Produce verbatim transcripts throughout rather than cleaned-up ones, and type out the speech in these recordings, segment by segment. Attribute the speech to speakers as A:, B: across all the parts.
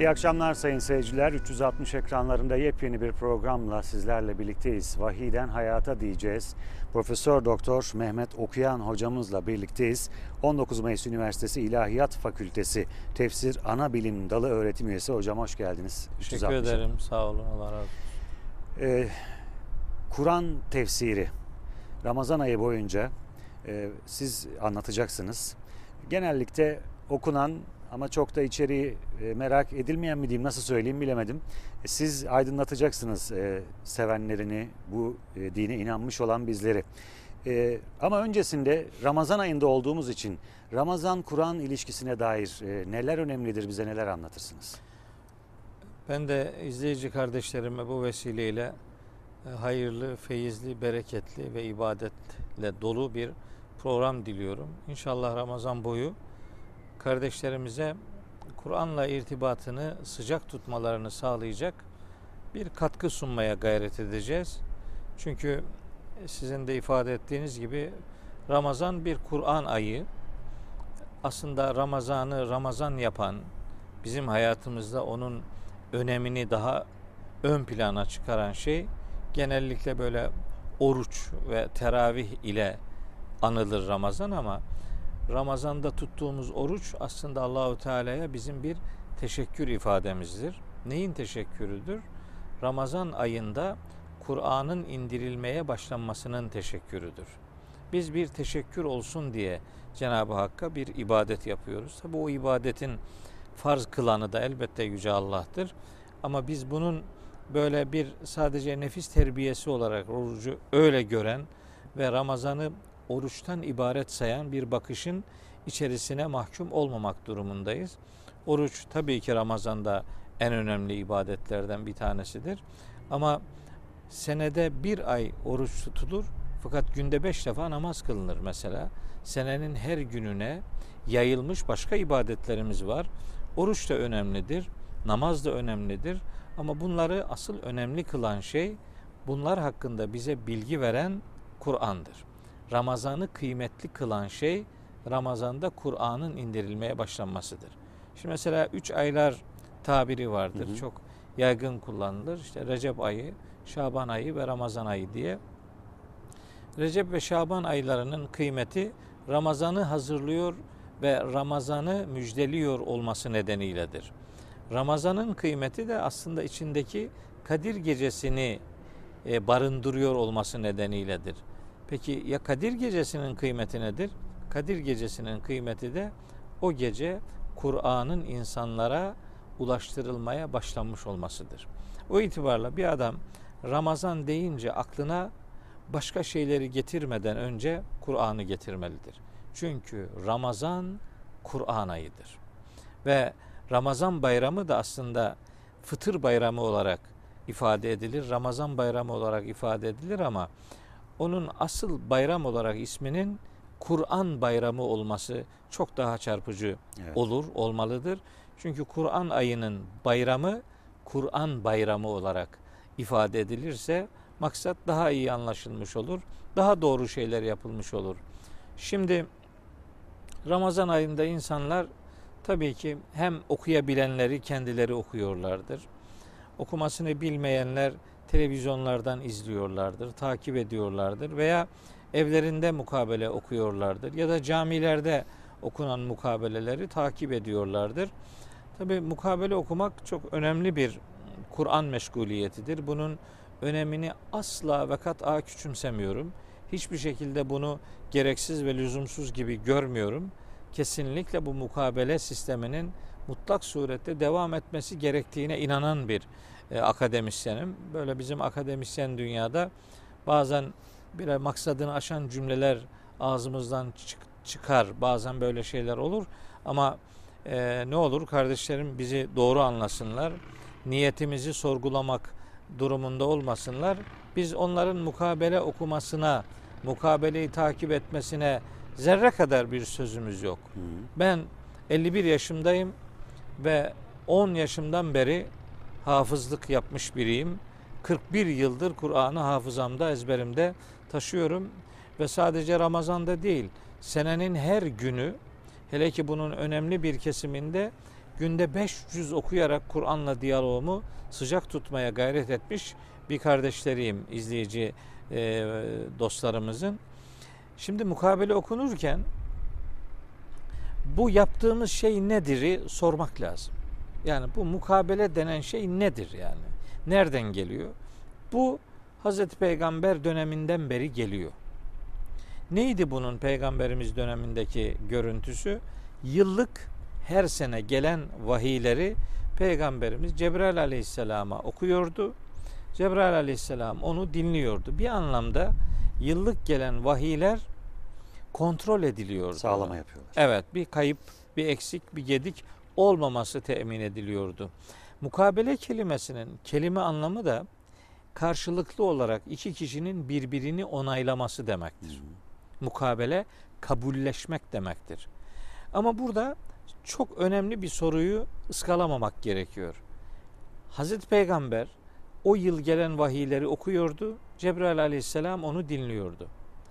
A: İyi akşamlar sayın seyirciler. üç yüz altmış ekranlarında yepyeni bir programla sizlerle birlikteyiz. Vahiden hayata diyeceğiz. Profesör Doktor Mehmet Okuyan hocamızla birlikteyiz. on dokuz Mayıs Üniversitesi İlahiyat Fakültesi Tefsir Anabilim Dalı öğretim üyesi. Hocam hoş geldiniz.
B: Teşekkür ederim. Sağ olun. Allah razı olsun.
A: Ee, Kur'an tefsiri Ramazan ayı boyunca e, siz anlatacaksınız. Genellikle okunan ama çok da içeriği e, merak edilmeyen mi diyeyim, nasıl söyleyeyim bilemedim. E, siz aydınlatacaksınız e, sevenlerini, bu e, dine inanmış olan bizleri. E, ama öncesinde Ramazan ayında olduğumuz için Ramazan-Kur'an ilişkisine dair e, neler önemlidir, bize neler anlatırsınız?
B: Ben de izleyici kardeşlerime bu vesileyle hayırlı, feyizli, bereketli ve ibadetle dolu bir program diliyorum. İnşallah Ramazan boyu kardeşlerimize Kur'an'la irtibatını sıcak tutmalarını sağlayacak bir katkı sunmaya gayret edeceğiz. Çünkü sizin de ifade ettiğiniz gibi Ramazan bir Kur'an ayı. Aslında Ramazan'ı Ramazan yapan, bizim hayatımızda onun önemini daha ön plana çıkaran şey genellikle böyle oruç ve teravih ile anılır Ramazan, ama Ramazan'da tuttuğumuz oruç aslında Allahu Teala'ya bizim bir teşekkür ifademizdir. Neyin teşekkürüdür? Ramazan ayında Kur'an'ın indirilmeye başlanmasının teşekkürüdür. Biz bir teşekkür olsun diye Cenab-ı Hakk'a bir ibadet yapıyoruz. Tabi o ibadetin farz kılanı da elbette Yüce Allah'tır. Ama biz bunun böyle bir sadece nefis terbiyesi olarak orucu öyle gören ve Ramazan'ı oruçtan ibaret sayan bir bakışın içerisine mahkum olmamak durumundayız. Oruç tabii ki Ramazan'da en önemli ibadetlerden bir tanesidir. Ama senede bir ay oruç tutulur, fakat günde beş defa namaz kılınır mesela. Senenin her gününe yayılmış başka ibadetlerimiz var. Oruç da önemlidir, namaz da önemlidir. Ama bunları asıl önemli kılan şey, bunlar hakkında bize bilgi veren Kur'an'dır. Ramazan'ı kıymetli kılan şey, Ramazan'da Kur'an'ın indirilmeye başlanmasıdır. Şimdi mesela üç aylar tabiri vardır. Hı hı. Çok yaygın kullanılır. İşte Recep ayı, Şaban ayı ve Ramazan ayı diye. Recep ve Şaban aylarının kıymeti Ramazan'ı hazırlıyor ve Ramazan'ı müjdeliyor olması nedeniyledir. Ramazan'ın kıymeti de aslında içindeki Kadir Gecesi'ni e, barındırıyor olması nedeniyledir. Peki ya Kadir Gecesi'nin kıymeti nedir? Kadir Gecesi'nin kıymeti de o gece Kur'an'ın insanlara ulaştırılmaya başlanmış olmasıdır. O itibarla bir adam Ramazan deyince aklına başka şeyleri getirmeden önce Kur'an'ı getirmelidir. Çünkü Ramazan Kur'an ayıdır. Ve Ramazan bayramı da aslında fıtır bayramı olarak ifade edilir. Ramazan bayramı olarak ifade edilir ama onun asıl bayram olarak isminin Kur'an bayramı olması çok daha çarpıcı evet. olur, olmalıdır. Çünkü Kur'an ayının bayramı Kur'an bayramı olarak ifade edilirse maksat daha iyi anlaşılmış olur. Daha doğru şeyler yapılmış olur. Şimdi Ramazan ayında insanlar tabii ki hem okuyabilenleri kendileri okuyorlardır. Okumasını bilmeyenler televizyonlardan izliyorlardır, takip ediyorlardır veya evlerinde mukabele okuyorlardır ya da camilerde okunan mukabeleleri takip ediyorlardır. Tabii mukabele okumak çok önemli bir Kur'an meşguliyetidir. Bunun önemini asla ve kat'a küçümsemiyorum. Hiçbir şekilde bunu gereksiz ve lüzumsuz gibi görmüyorum. Kesinlikle bu mukabele sisteminin mutlak surette devam etmesi gerektiğine inanan bir e, akademisyenim. Böyle bizim akademisyen dünyada bazen bir maksadını aşan cümleler ağzımızdan çık, çıkar. Bazen böyle şeyler olur. Ama e, ne olur kardeşlerim bizi doğru anlasınlar. Niyetimizi sorgulamak durumunda olmasınlar. Biz onların mukabele okumasına, mukabeleyi takip etmesine zerre kadar bir sözümüz yok. Hı. Ben elli bir yaşımdayım ve on yaşımdan beri hafızlık yapmış biriyim. kırk bir yıldır Kur'an'ı hafızamda, ezberimde taşıyorum ve sadece Ramazan'da değil, senenin her günü, hele ki bunun önemli bir kesiminde günde beş yüz okuyarak Kur'an'la diyaloğumu sıcak tutmaya gayret etmiş bir kardeşleriyim, izleyici e, dostlarımızın. Şimdi mukabele okunurken bu yaptığımız şey nedir'i sormak lazım. Yani bu mukabele denen şey nedir yani? Nereden geliyor? Bu Hazreti Peygamber döneminden beri geliyor. Neydi bunun Peygamberimiz dönemindeki görüntüsü? Yıllık her sene gelen vahiyleri Peygamberimiz Cebrail Aleyhisselam'a okuyordu. Cebrail Aleyhisselam onu dinliyordu. Bir anlamda yıllık gelen vahiyler kontrol ediliyordu.
A: Sağlama yapıyorlar.
B: Evet, bir kayıp, bir eksik, bir gedik olmaması temin ediliyordu. Mukabele kelimesinin kelime anlamı da karşılıklı olarak iki kişinin birbirini onaylaması demektir. Hı hı. Mukabele kabulleşmek demektir. Ama burada çok önemli bir soruyu ıskalamamak gerekiyor. Hazreti Peygamber o yıl gelen vahiyleri okuyordu. Cebrail Aleyhisselam onu dinliyordu.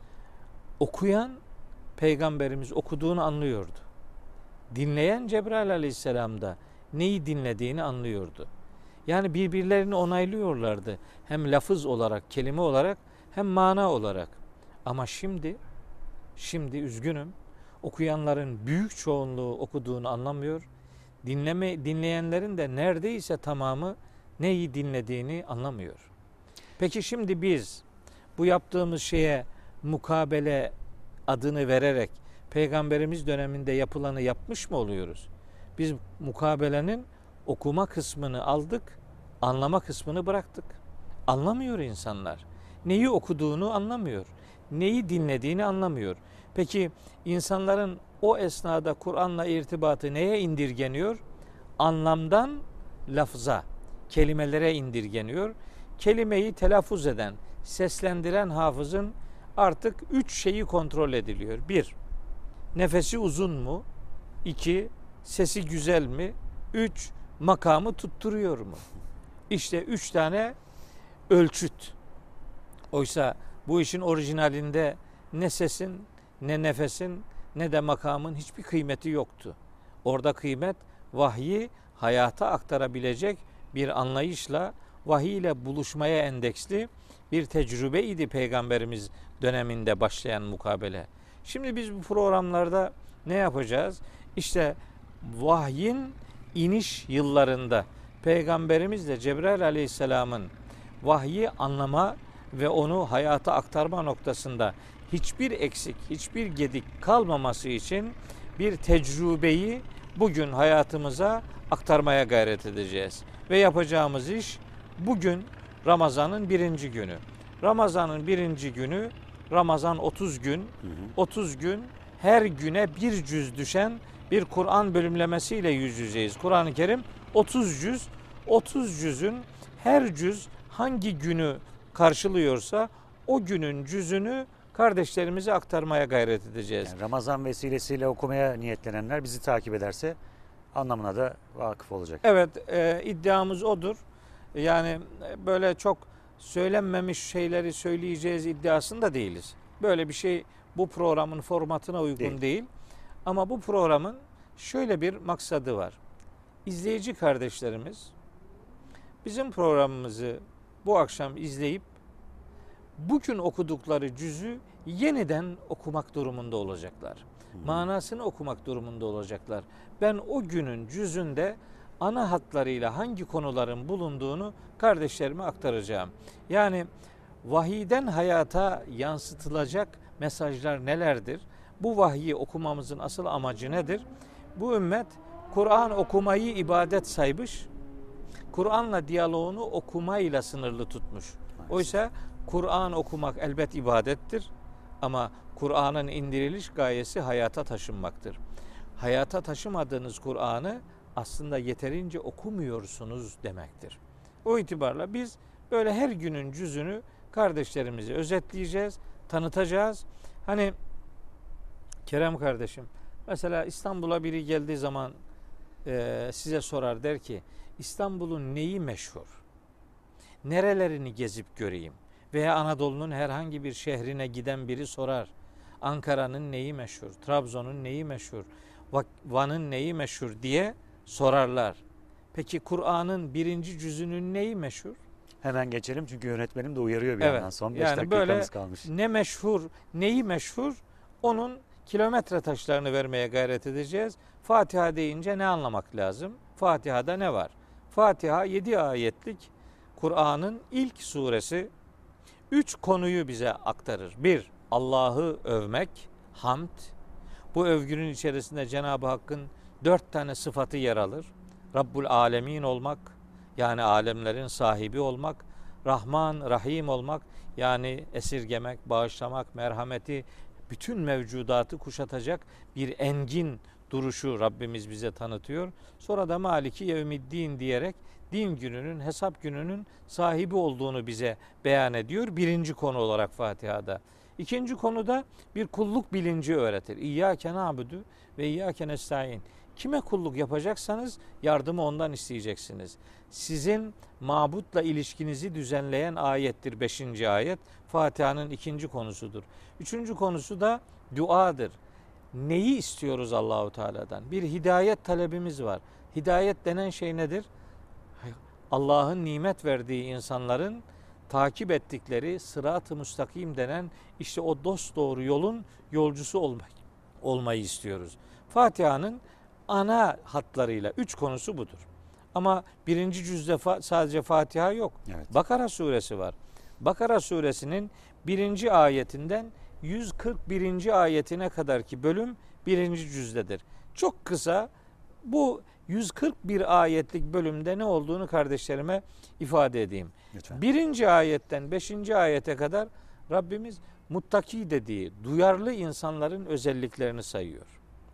B: Okuyan Peygamberimiz okuduğunu anlıyordu. Dinleyen Cebrail Aleyhisselam da neyi dinlediğini anlıyordu. Yani birbirlerini onaylıyorlardı. Hem lafız olarak, kelime olarak hem mana olarak. Ama şimdi, şimdi üzgünüm, okuyanların büyük çoğunluğu okuduğunu anlamıyor. Dinleme, dinleyenlerin de neredeyse tamamı neyi dinlediğini anlamıyor. Peki şimdi biz bu yaptığımız şeye mukabele adını vererek Peygamberimiz döneminde yapılanı yapmış mı oluyoruz? Biz mukabelenin okuma kısmını aldık, anlama kısmını bıraktık. Anlamıyor insanlar. Neyi okuduğunu anlamıyor. Neyi dinlediğini anlamıyor. Peki insanların o esnada Kur'an'la irtibatı neye indirgeniyor? Anlamdan lafza, kelimelere indirgeniyor. Kelimeyi telaffuz eden, seslendiren hafızın artık üç şeyi kontrol ediliyor. Bir, nefesi uzun mu? İki, sesi güzel mi? Üç, makamı tutturuyor mu? İşte üç tane ölçüt. Oysa bu işin orijinalinde ne sesin, ne nefesin, ne de makamın hiçbir kıymeti yoktu. Orada kıymet vahyi hayata aktarabilecek bir anlayışla, vahiy ile buluşmaya endeksli bir tecrübeydi Peygamberimiz döneminde başlayan mukabele. Şimdi biz bu programlarda ne yapacağız? İşte vahyin iniş yıllarında Peygamberimizle Cebrail Aleyhisselam'ın vahyi anlama ve onu hayata aktarma noktasında hiçbir eksik, hiçbir gedik kalmaması için bir tecrübeyi bugün hayatımıza aktarmaya gayret edeceğiz. Ve yapacağımız iş bugün Ramazan'ın birinci günü. Ramazan'ın birinci günü Ramazan otuz gün, otuz gün her güne bir cüz düşen bir Kur'an bölümlemesiyle yüz yüzeyiz. Kur'an-ı Kerim otuz cüz, otuz cüzün her cüz hangi günü karşılıyorsa o günün cüzünü kardeşlerimize aktarmaya gayret edeceğiz.
A: Yani Ramazan vesilesiyle okumaya niyetlenenler bizi takip ederse anlamına da vakıf olacak.
B: Evet, e, iddiamız odur. Yani böyle çok söylenmemiş şeyleri söyleyeceğiz iddiasında değiliz. Böyle bir şey bu programın formatına uygun değil. değil. Ama bu programın şöyle bir maksadı var. İzleyici kardeşlerimiz bizim programımızı bu akşam izleyip bugün okudukları cüzü yeniden okumak durumunda olacaklar. Hmm. Manasını okumak durumunda olacaklar. Ben o günün cüzünde ana hatlarıyla hangi konuların bulunduğunu kardeşlerime aktaracağım. Yani vahiyden hayata yansıtılacak mesajlar nelerdir? Bu vahiyi okumamızın asıl amacı nedir? Bu ümmet Kur'an okumayı ibadet saymış, Kur'an'la diyaloğunu okumayla sınırlı tutmuş. Oysa Kur'an okumak elbet ibadettir ama Kur'an'ın indiriliş gayesi hayata taşınmaktır. Hayata taşımadığınız Kur'an'ı aslında yeterince okumuyorsunuz demektir. O itibarla biz böyle her günün cüzünü kardeşlerimize özetleyeceğiz, tanıtacağız. Hani Kerem kardeşim, mesela İstanbul'a biri geldiği zaman e, size sorar, der ki İstanbul'un neyi meşhur? Nerelerini gezip göreyim? Veya Anadolu'nun herhangi bir şehrine giden biri sorar. Ankara'nın neyi meşhur? Trabzon'un neyi meşhur? Van'ın neyi meşhur diye sorarlar. Peki Kur'an'ın birinci cüzünün neyi meşhur?
A: Hemen geçelim çünkü yönetmenim de uyarıyor bir
B: Evet.
A: yandan. Son beş
B: Yani
A: dakikamız
B: böyle
A: kalmış.
B: ne meşhur, neyi meşhur? Onun kilometre taşlarını vermeye gayret edeceğiz. Fatiha deyince ne anlamak lazım? Fatiha'da ne var? Fatiha yedi ayetlik Kur'an'ın ilk suresi. Üç konuyu bize aktarır. Bir, Allah'ı övmek, hamd. Bu övgünün içerisinde Cenab-ı Hakk'ın dört tane sıfatı yer alır. Rabbul Alemin olmak, yani alemlerin sahibi olmak. Rahman, Rahim olmak, yani esirgemek, bağışlamak, merhameti, bütün mevcudatı kuşatacak bir engin duruşu Rabbimiz bize tanıtıyor. Sonra da Maliki Yevmiddin diyerek din gününün, hesap gününün sahibi olduğunu bize beyan ediyor. Birinci konu olarak Fatiha'da. İkinci konuda bir kulluk bilinci öğretir. İyyâke na'budu ve iyyâke nestaîn. Kime kulluk yapacaksanız yardımı ondan isteyeceksiniz. Sizin mabutla ilişkinizi düzenleyen ayettir beşinci ayet. Fatiha'nın ikinci konusudur. Üçüncü konusu da duadır. Neyi istiyoruz Allahu Teala'dan? Bir hidayet talebimiz var. Hidayet denen şey nedir? Allah'ın nimet verdiği insanların takip ettikleri sırat-ı müstakim denen işte o dosdoğru yolun yolcusu olmak, olmayı istiyoruz. Fatiha'nın ana hatlarıyla üç konusu budur. Ama birinci cüzde fa- sadece Fatiha yok.
A: Evet.
B: Bakara suresi var. Bakara suresinin birinci ayetinden yüz kırk birinci ayetine kadarki bölüm birinci cüzdedir. Çok kısa bu yüz kırk bir ayetlik bölümde ne olduğunu kardeşlerime ifade edeyim.
A: Lütfen.
B: Birinci ayetten beşinci ayete kadar Rabbimiz muttaki dediği duyarlı insanların özelliklerini sayıyor.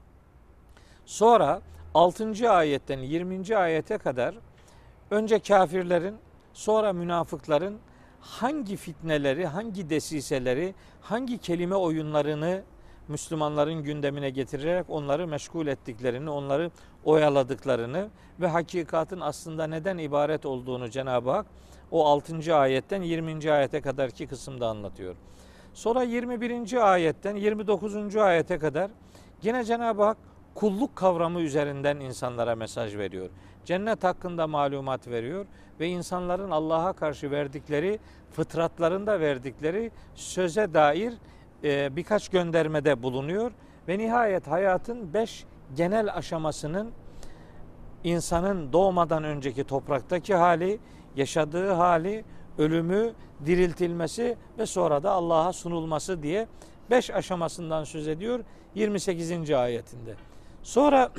B: Sonra altıncı ayetten yirminci ayete kadar önce kafirlerin, sonra münafıkların hangi fitneleri, hangi desiseleri, hangi kelime oyunlarını Müslümanların gündemine getirerek onları meşgul ettiklerini, onları oyaladıklarını ve hakikatin aslında neden ibaret olduğunu Cenab-ı Hak o altıncı ayetten yirminci ayete kadarki kısımda anlatıyor. Sonra yirmi birinci ayetten yirmi dokuzuncu ayete kadar yine Cenab-ı Hak kulluk kavramı üzerinden insanlara mesaj veriyor. Cennet hakkında malumat veriyor ve insanların Allah'a karşı verdikleri, fıtratlarında verdikleri söze dair e, birkaç göndermede bulunuyor ve nihayet hayatın beş genel aşamasının insanın doğmadan önceki topraktaki hali, yaşadığı hali, ölümü, diriltilmesi ve sonra da Allah'a sunulması diye beş aşamasından söz ediyor yirmi sekizinci ayetinde. Sonra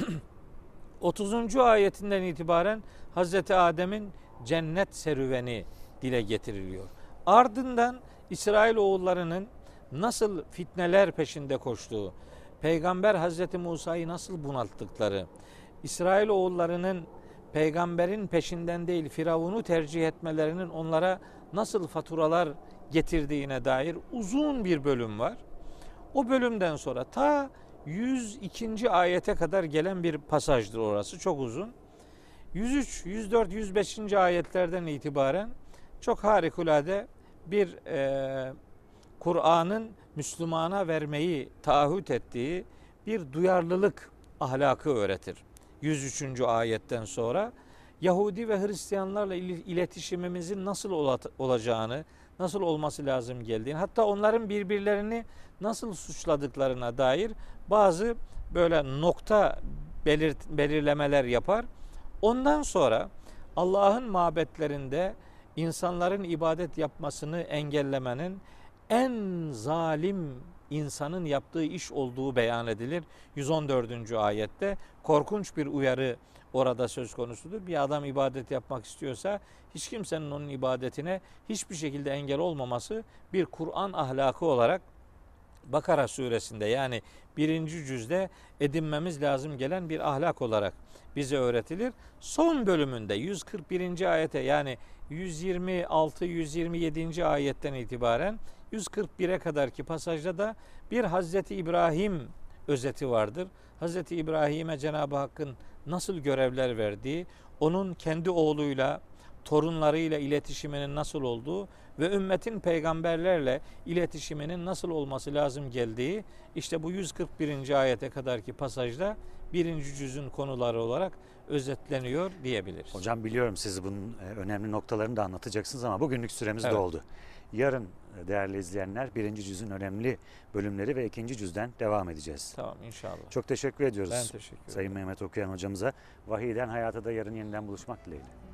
B: otuzuncu ayetinden itibaren Hazreti Adem'in cennet serüveni dile getiriliyor. Ardından İsrailoğullarının nasıl fitneler peşinde koştuğu, Peygamber Hazreti Musa'yı nasıl bunalttıkları, İsrailoğullarının peygamberin peşinden değil Firavun'u tercih etmelerinin onlara nasıl faturalar getirdiğine dair uzun bir bölüm var. O bölümden sonra ta yüz ikinci ayete kadar gelen bir pasajdır orası. Çok uzun. yüz üç, yüz dört, yüz beşinci ayetlerden itibaren çok harikulade bir e, Kur'an'ın Müslümana vermeyi taahhüt ettiği bir duyarlılık ahlakı öğretir. yüz üçüncü ayetten sonra Yahudi ve Hristiyanlarla iletişimimizin nasıl olacağını, nasıl olması lazım geldiğini, hatta onların birbirlerini nasıl suçladıklarına dair bazı böyle nokta belir, belirlemeler yapar. Ondan sonra Allah'ın mabetlerinde insanların ibadet yapmasını engellemenin en zalim insanın yaptığı iş olduğu beyan edilir. yüz on dördüncü ayette korkunç bir uyarı orada söz konusudur. Bir adam ibadet yapmak istiyorsa hiç kimsenin onun ibadetine hiçbir şekilde engel olmaması bir Kur'an ahlakı olarak Bakara suresinde yani birinci cüzde edinmemiz lazım gelen bir ahlak olarak bize öğretilir. Son bölümünde yüz kırk birinci ayete yani yüz yirmi altı yüz yirmi yedinci ayetten itibaren yüz kırk bire kadarki pasajda da bir Hazreti İbrahim özeti vardır. Hazreti İbrahim'e Cenab-ı Hakk'ın nasıl görevler verdiği, onun kendi oğluyla torunlarıyla iletişiminin nasıl olduğu ve ümmetin peygamberlerle iletişiminin nasıl olması lazım geldiği işte bu yüz kırk birinci ayete kadarki pasajda birinci cüzün konuları olarak özetleniyor diyebiliriz.
A: Hocam biliyorum siz bunun e, önemli noktalarını da anlatacaksınız ama bugünlük süremiz
B: Evet.
A: doldu. Yarın e, değerli izleyenler birinci cüzün önemli bölümleri ve ikinci cüzden devam edeceğiz.
B: Tamam inşallah.
A: Çok teşekkür ediyoruz
B: Ben teşekkür ederim.
A: Sayın Mehmet Okuyan hocamıza. Vahiyden Hayata da yarın yeniden buluşmak dileğiyle.